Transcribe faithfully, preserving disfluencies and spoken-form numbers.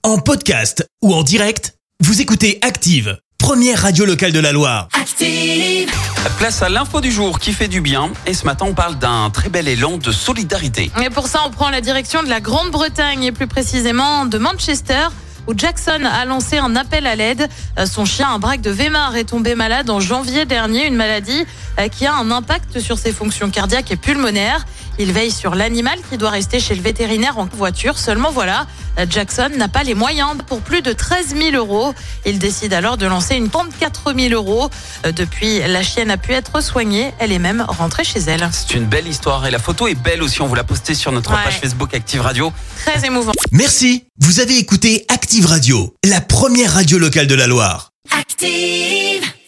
En podcast ou en direct, vous écoutez Active, première radio locale de la Loire. Active. Place à l'info du jour qui fait du bien. Et ce matin, on parle d'un très bel élan de solidarité. Et pour ça, on prend la direction de la Grande-Bretagne et plus précisément de Manchester, où Jackson a lancé un appel à l'aide. Son chien, un braque de Weimar, est tombé malade en janvier dernier, une maladie qui a un impact sur ses fonctions cardiaques et pulmonaires. Il veille sur l'animal qui doit rester chez le vétérinaire en voiture. Seulement voilà, Jackson n'a pas les moyens pour plus de treize mille euros. Il décide alors de lancer une pompe de quatre mille euros. Depuis, la chienne a pu être soignée. Elle est même rentrée chez elle. C'est une belle histoire et la photo est belle aussi. On vous l'a postée sur notre Ouais. page Facebook Active Radio. Très émouvant. Merci, vous avez écouté Active Radio, la première radio locale de la Loire. Active.